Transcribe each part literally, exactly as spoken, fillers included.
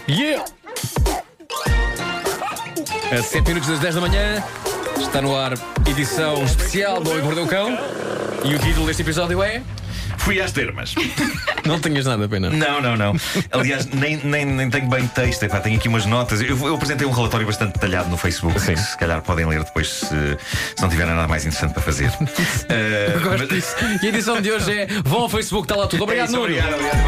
Yeah! A sete minutos das dez da manhã está no ar edição especial do Homem que Mordeu o Cão. E o título deste episódio é... Fui às termas. Não tenhas nada, pena. Não, não, não. Aliás, nem, nem, nem tenho bem texto. Epá, tenho aqui umas notas. Eu, eu apresentei um relatório bastante detalhado no Facebook. Sim. Que se calhar podem ler depois se, se não tiverem nada mais interessante para fazer. uh, Gosto mas... disso. E a edição de hoje é... Vão ao Facebook, está lá tudo. Obrigado, é isso, Nuno. Obrigado, obrigado,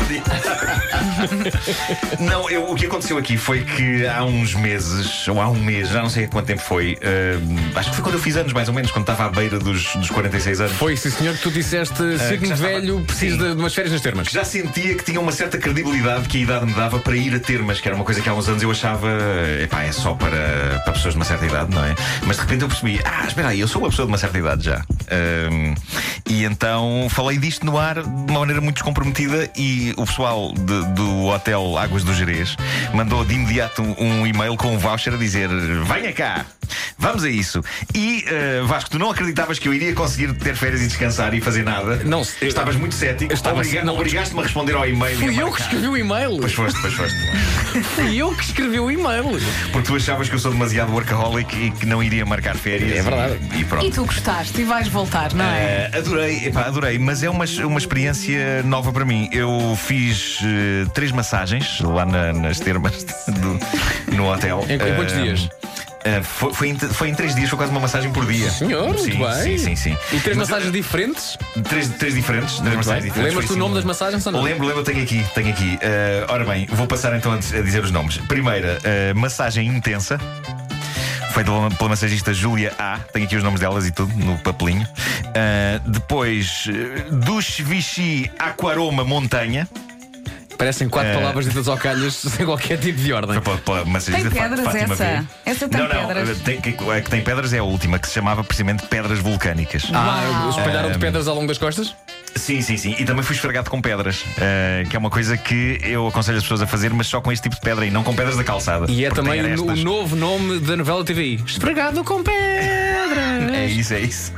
bom dia. Não, eu, o que aconteceu aqui foi que há uns meses, ou há um mês, já não sei há quanto tempo foi, uh, acho que foi quando eu fiz anos, mais ou menos, quando estava à beira dos, dos quarenta e seis anos. Foi, sim senhor, que tu disseste, signo velho, preciso de, de umas férias nas termas. Que já sentia que tinha uma certa credibilidade que a idade me dava para ir a termas, que era uma coisa que há uns anos eu achava, epá, é só para, para pessoas de uma certa idade, não é? Mas de repente eu percebi, ah, espera aí, eu sou uma pessoa de uma certa idade já. Um, e então falei disto no ar de uma maneira muito descomprometida e o pessoal de, do Hotel Águas do Gerês mandou de imediato um, um e-mail com um voucher a dizer: venha cá, vamos a isso. E uh, Vasco, tu não acreditavas que eu iria conseguir ter férias e descansar e fazer nada? Não, eu, estavas muito cético. Estava, Obriga não, Obrigaste-me a responder ao e-mail. Fui eu que escrevi o e-mail. Pois foste, pois foste. Fui eu que escrevi o e-mail. Porque tu achavas que eu sou demasiado workaholic e que não iria marcar férias. É verdade. E, e pronto. E tu gostaste e vais voltar, não é? Uh, adorei, epá, adorei, mas é uma, uma experiência nova para mim. Eu fiz uh, três massagens lá na, nas termas do, no hotel. Em, em quantos uh, dias? Uh, foi, foi, em, foi em três dias, foi quase uma massagem por dia. Senhor, sim, muito bem. Sim, sim, sim. E três Mas, massagens uh, diferentes? Três, três diferentes, três massagens diferentes. Lembras-te o nome das massagens ou não? Lembro, lembro, tenho aqui, tenho aqui. Uh, ora bem, vou passar então a, a dizer os nomes. Primeira, uh, massagem intensa, feita pela, pela massagista Júlia A. Tenho aqui os nomes delas e tudo no papelinho. Uh, depois, uh, Duche Vichy Aquaroma Montanha. Parecem quatro Uh, palavras ditas ao calhas sem qualquer tipo de ordem. Foi pela, pela massagista Tem pedras Fátima essa? V. Essa tem não, não, pedras? Tem, que, a que tem pedras é a última, que se chamava precisamente Pedras Vulcânicas. Ah, Uau. espalharam-te pedras ao longo das costas? Sim, sim, sim. E também fui esfregado com pedras, uh, que é uma coisa que eu aconselho as pessoas a fazer, mas só com este tipo de pedra e não com pedras da calçada. E é porque também tem o, o arestas. novo nome da novela T V I. Esfregado com pedras. É isso, é isso.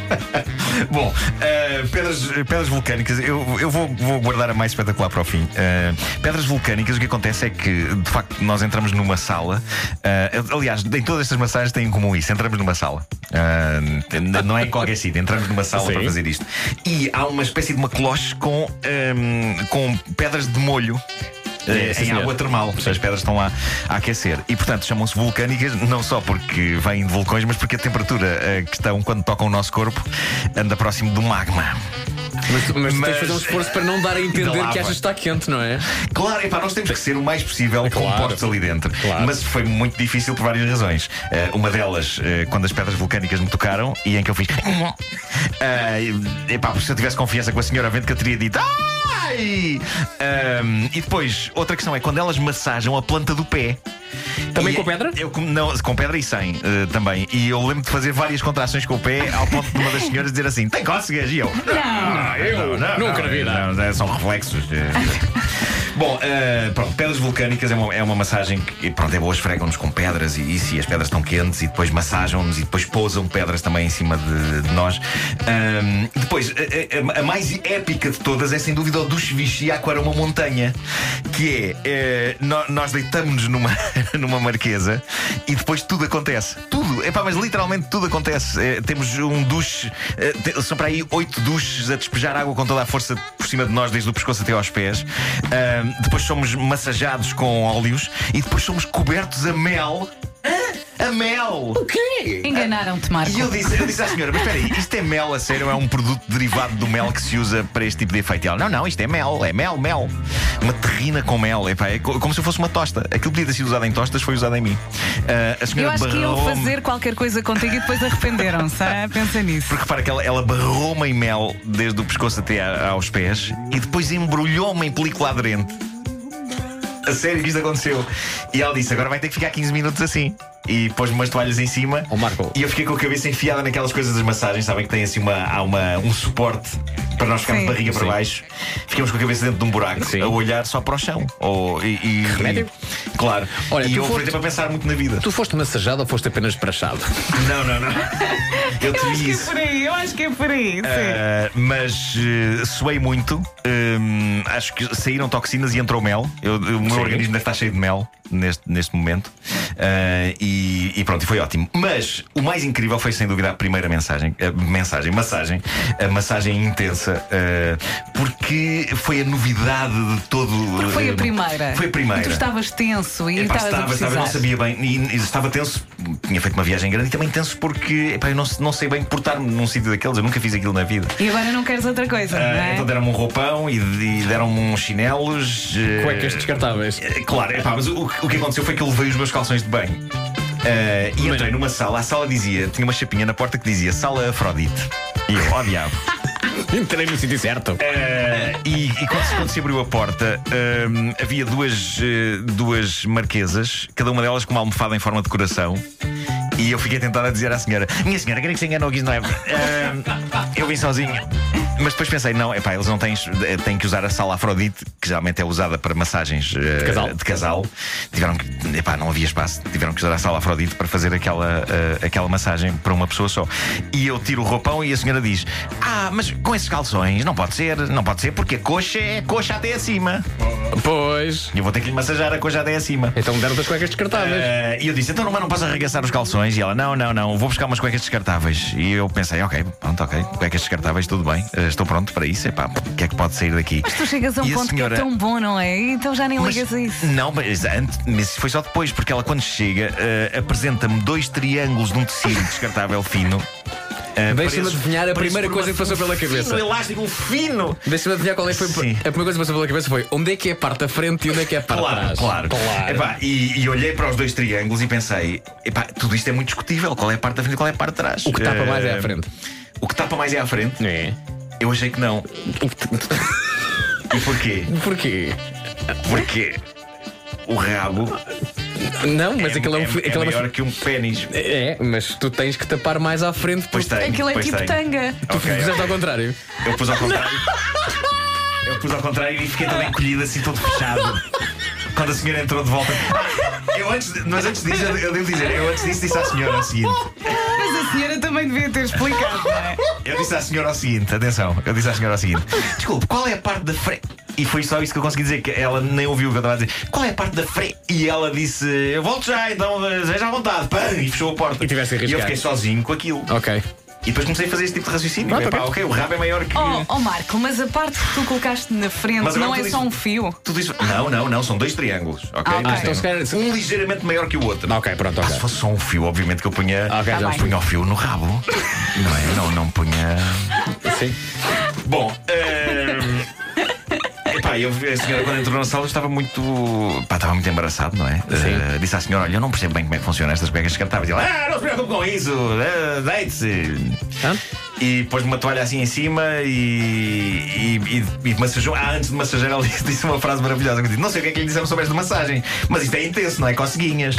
Bom, uh, pedras, pedras vulcânicas, eu, eu vou, vou guardar a mais espetacular para o fim. Uh, pedras vulcânicas, o que acontece é que, de facto, nós entramos numa sala. Uh, aliás, em todas estas massagens têm em comum isso: entramos numa sala. Uh, não é em qualquer sítio, entramos numa sala Sim. para fazer isto. E há uma espécie de uma cloche com, um, com pedras de molho. É, em sim, senhor. água termal, as pedras estão lá a aquecer e, portanto, chamam-se vulcânicas não só porque vêm de vulcões, mas porque a temperatura a que estão quando tocam o nosso corpo anda próximo do magma. Mas, tu- mas tu tens Mas- de fazer um esforço para não dar a Da entender lava. que achas que está quente, não é? Claro, epá, nós temos que ser o mais possível Claro. compostos ali dentro. Claro. Mas foi muito difícil por várias razões. Eh, uma delas, eh, quando as pedras vulcânicas me tocaram e em que eu fiz. Uh, epá, porque se eu tivesse confiança com a senhora vendo que eu teria dito. Ai! Ahm, e depois, outra questão é quando elas massajam a planta do pé. Também E com pedra? Eu, não, com pedra e sem uh, também. E eu lembro de fazer várias contrações com o pé, ao ponto de uma das senhoras dizer assim: tem cócegas? E eu: Não, eu nunca vi nada. não, são reflexos. Bom, uh, pronto, pedras vulcânicas é uma, é uma massagem que, pronto, é boa, esfregam-nos com pedras e isso, e as pedras estão quentes, e depois massajam-nos e depois pousam pedras também em cima de, de nós. Um, depois, a, a, a mais épica de todas é sem dúvida o Duche Vichy Aquaroma Montanha, que é, uh, no, nós deitamos-nos numa, numa marquesa e depois tudo acontece. Tudo, epá, mas literalmente tudo acontece. Uh, temos um duche, uh, te, são para aí oito duches a despejar água com toda a força por cima de nós, desde o pescoço até aos pés. Uh, depois somos massajados com óleos e depois somos cobertos a mel. A mel! O quê? Enganaram-te, Marco. E eu disse, eu disse à senhora: mas espera aí, isto é mel a sério? É um produto derivado do mel que se usa para este tipo de efeito? E ela: não, não, isto é mel, é mel, mel. Uma terrina com mel, epá, é co- como se fosse uma tosta. Aquilo podia ter sido usado em tostas, foi usado em mim. Uh, a Eu senhora acho que iam barrou-me- fazer qualquer coisa contigo e depois arrependeram-se. ah? Pensa nisso. Porque repara que ela, ela barrou-me em mel desde o pescoço até a- aos pés e depois embrulhou-me em película aderente. A sério que isto aconteceu. E ela disse: agora vai ter que ficar quinze minutos assim. E pôs-me umas toalhas em cima. Ó, Marco. E eu fiquei com a cabeça enfiada naquelas coisas das massagens. Sabem que tem assim uma, há uma, um suporte para nós ficarmos de Sim. barriga para Sim. baixo. Ficamos com a cabeça dentro de um buraco, Sim. a olhar só para o chão. Ou, e, e, Remédio? e- claro. Olha, e tu eu foste- aproveitei para pensar muito na vida. Tu foste massajado ou foste apenas esprachado? Não, não, não. Eu, Eu temi acho que é isso. por aí, eu acho que é por aí. sim. Uh, mas uh, suei muito. Um, acho que saíram toxinas e entrou mel. Eu- o meu Sim. organismo deve estar cheio de mel neste, neste momento. Uh, e, e pronto, e foi ótimo. Mas o mais incrível foi sem dúvida a primeira mensagem, a mensagem, massagem, a massagem intensa, uh, porque foi a novidade de todo. Porque foi a uh, primeira. Foi a primeira. E tu estavas tenso e Epá, estavas a estava, precisar. estava, eu não sabia bem e, e estava tenso. Tinha feito uma viagem grande e também tenso porque epá, eu não, não sei bem portar-me num sítio daqueles. Eu nunca fiz aquilo na vida. E agora não queres outra coisa, não Ah, é? então deram-me um roupão e, e deram-me uns chinelos. eh, Cuecas descartáveis. eh, Claro, epá, mas o, o que aconteceu foi que eu levei os meus calções de banho. Ah, e entrei numa sala, a sala dizia, tinha uma chapinha na porta que dizia Sala Afrodite. E eu, ó diabo. Entrei no sítio certo. Ah, e e quando, se- quando se abriu a porta, ahm, havia duas, eh, duas marquesas, cada uma delas com uma almofada em forma de coração. E eu fiquei tentado a dizer à senhora: Minha senhora, creio que se enganou, que isso não é. Ah, eu vim sozinho. Mas depois pensei: não, epá, eles não têm, têm que usar a sala Afrodite, que geralmente é usada para massagens eh, casal. de casal. Tiveram que, epá, não havia espaço. Tiveram que usar a sala Afrodite para fazer aquela, eh, aquela massagem para uma pessoa só. E eu tiro o roupão e a senhora diz: Ah, mas com esses calções não pode ser, não pode ser, porque a coxa é coxa até acima. Pois. E eu vou ter que lhe massajar a coxa até acima. Então deram-te as cuecas descartáveis. Eh, E eu disse, então não, mas não posso arregaçar os calções. E ela, não, não, não, vou buscar umas cuecas descartáveis. E eu pensei, ok, pronto, ok, cuecas descartáveis, tudo bem, eh, estou pronto para isso. Epá, o que é que pode sair daqui? Mas tu chegas a um E a ponto senhora- que é tão bom, não é? Então já nem Mas- ligas a isso. Não, mas, antes, mas isso foi só depois, porque ela quando chega eh, apresenta-me dois triângulos de um tecido descartável fino. eh, Deixa-me presos- adivinhar a presos primeira por coisa uma- que passou pela um cabeça. Fino, elástico, fino. Deixa-me adivinhar qual é que foi. Sim. A primeira coisa que passou pela cabeça foi onde é que é a parte da frente e onde é que é a parte de Claro, trás. claro. Epá, e, e olhei para os dois triângulos e pensei: epá, tudo isto é muito discutível. Qual é a parte da frente e qual é a parte de trás? O que tapa mais é Eh, à frente. O que tapa mais é à frente? É. Eu achei que não. E porquê? Porquê? Porque o rabo Não, mas é, aquilo é, um, é, fi- é aquilo é, uma- maior que um pênis. é, mas tu tens que tapar mais à frente. Pois porque tem. Aquilo é pois tipo tem. tanga. Tu Ok, fizeste ok. ao contrário. Eu pus ao contrário. Eu pus ao contrário e fiquei todo encolhido, assim, todo fechado. Quando a senhora entrou de volta. Eu antes, de- mas antes disso, eu, eu devo dizer, eu antes disso disse à senhora o seguinte. Mas a senhora também devia ter explicado, não é? Eu disse à senhora o seguinte, atenção, eu disse à senhora o seguinte: desculpe, qual é a parte da frente? E foi só isso que eu consegui dizer, que ela nem ouviu o que eu estava a dizer. Qual é a parte da frente? E ela disse: eu volto já, então seja à vontade. Pã, e fechou a porta. E tiveste a E eu arriscar. fiquei sozinho com aquilo. Ok. E depois comecei a fazer esse tipo de raciocínio. Pronto, Epá, ok. ok, o rabo é maior que. Oh, oh Marco, mas a parte que tu colocaste na frente Mas agora não é tu só dizes- um fio. Tudo isso. Não, não, não, são dois triângulos. Ok? Ah, ok. Mas então se calhar- Um ligeiramente maior que o outro. Ok, pronto, Ah, ok. se fosse só um fio, obviamente que eu punha. Ok, já Tá bem. punha o fio no rabo. Não é? Não, não punha. Sim. Bom, ehm, epá, eu, a senhora quando entrou na sala estava muito. Pá, estava muito embaraçado, não é? Eh, disse à senhora: olha, eu não percebo bem como é que funcionam estas cuecas descartáveis. E ela: ah, não se preocupe com isso, eh, deite-se. Hã? E pôs-me uma toalha assim em cima e, e, e, e massajou. Ah, antes de massajar, ela disse, disse uma frase maravilhosa que eu disse: não sei o que é que lhe disseram sobre esta massagem, mas isto é intenso, não é? Coceguinhas.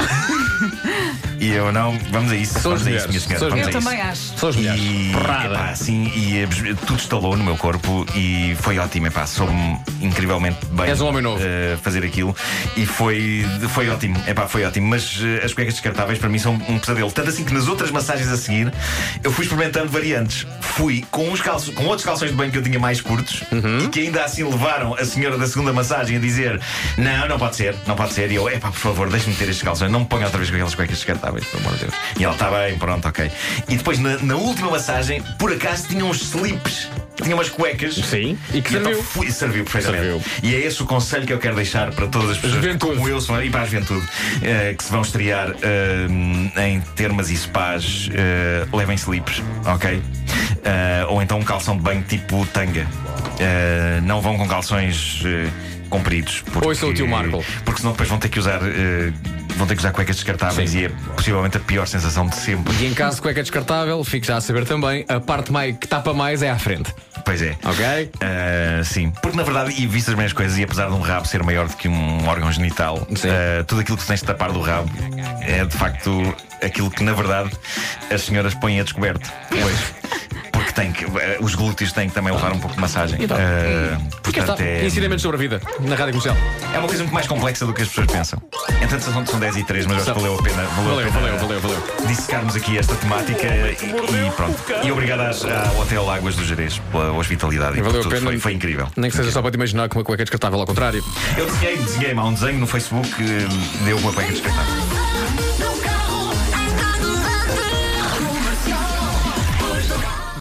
E eu não, vamos a isso. São as Vamos a isso, mulheres. minha senhora. São as Vamos Eu a isso. também acho. São as mulheres. E, Porrada. epá, assim, e eh, tudo estalou no meu corpo e foi ótimo, epá, soube-me incrivelmente bem. És um homem novo. eh, fazer aquilo e foi, foi ótimo, epá, foi ótimo. Mas eh, as cuecas descartáveis para mim são um pesadelo. Tanto assim que nas outras massagens a seguir eu fui experimentando variantes. Fui com, uns calços, com outros calções de banho que eu tinha mais curtos Uhum. e que ainda assim levaram a senhora da segunda massagem a dizer: não, não pode ser, não pode ser. E eu, epá, por favor, deixe-me ter estes calções, não me ponha outra vez com aquelas cuecas descartáveis, pelo amor de Deus. E ela, está bem, pronto, ok. E depois na, na última massagem, por acaso, tinha uns slips, tinha umas cuecas. Sim. E que E então serviu. fui, serviu perfeitamente. Serviu. E é esse o conselho que eu quero deixar para todas as pessoas Juventude. como eu se vão- e para a juventude eh, que se vão estrear eh, em termas e spas, eh, levem slips, ok? Eh, ou então um calção de banho tipo tanga. Eh, não vão com calções eh, compridos. Porque, Ouça o tio Marco. Porque senão depois vão ter que usar. eh, vão ter que usar cuecas descartáveis Sim. e é possivelmente a pior sensação de sempre. E em caso de cueca descartável, fique já a saber também, a parte mais, que tapa mais é à frente. Pois é. Ok? Uh, sim, porque na verdade, e vistas as mesmas coisas, e apesar de um rabo ser maior do que um órgão genital, Sim. uh, tudo aquilo que tu tens de tapar do rabo é de facto aquilo que na verdade as senhoras põem a descoberto. Pois. Porque tem que, os glúteos têm que também levar um pouco de massagem. Então, uh, Porque portanto, está é, ensinamentos sobre a vida na rádio comercial. é uma coisa muito mais complexa do que as pessoas pensam. Entanto, são, são dez e três, mas acho que valeu a pena. Valeu, Valeu, a pena valeu, valeu, valeu. dissecarmos aqui esta temática e, e pronto. E obrigado às, ao Hotel Águas do Jerez pela hospitalidade e por Valeu a tudo. pena. Foi, foi incrível. Nem que seja só para te imaginar com uma cueca descartável ao contrário. Eu desenhei, desenhei há um desenho no Facebook que deu uma cueca descartável.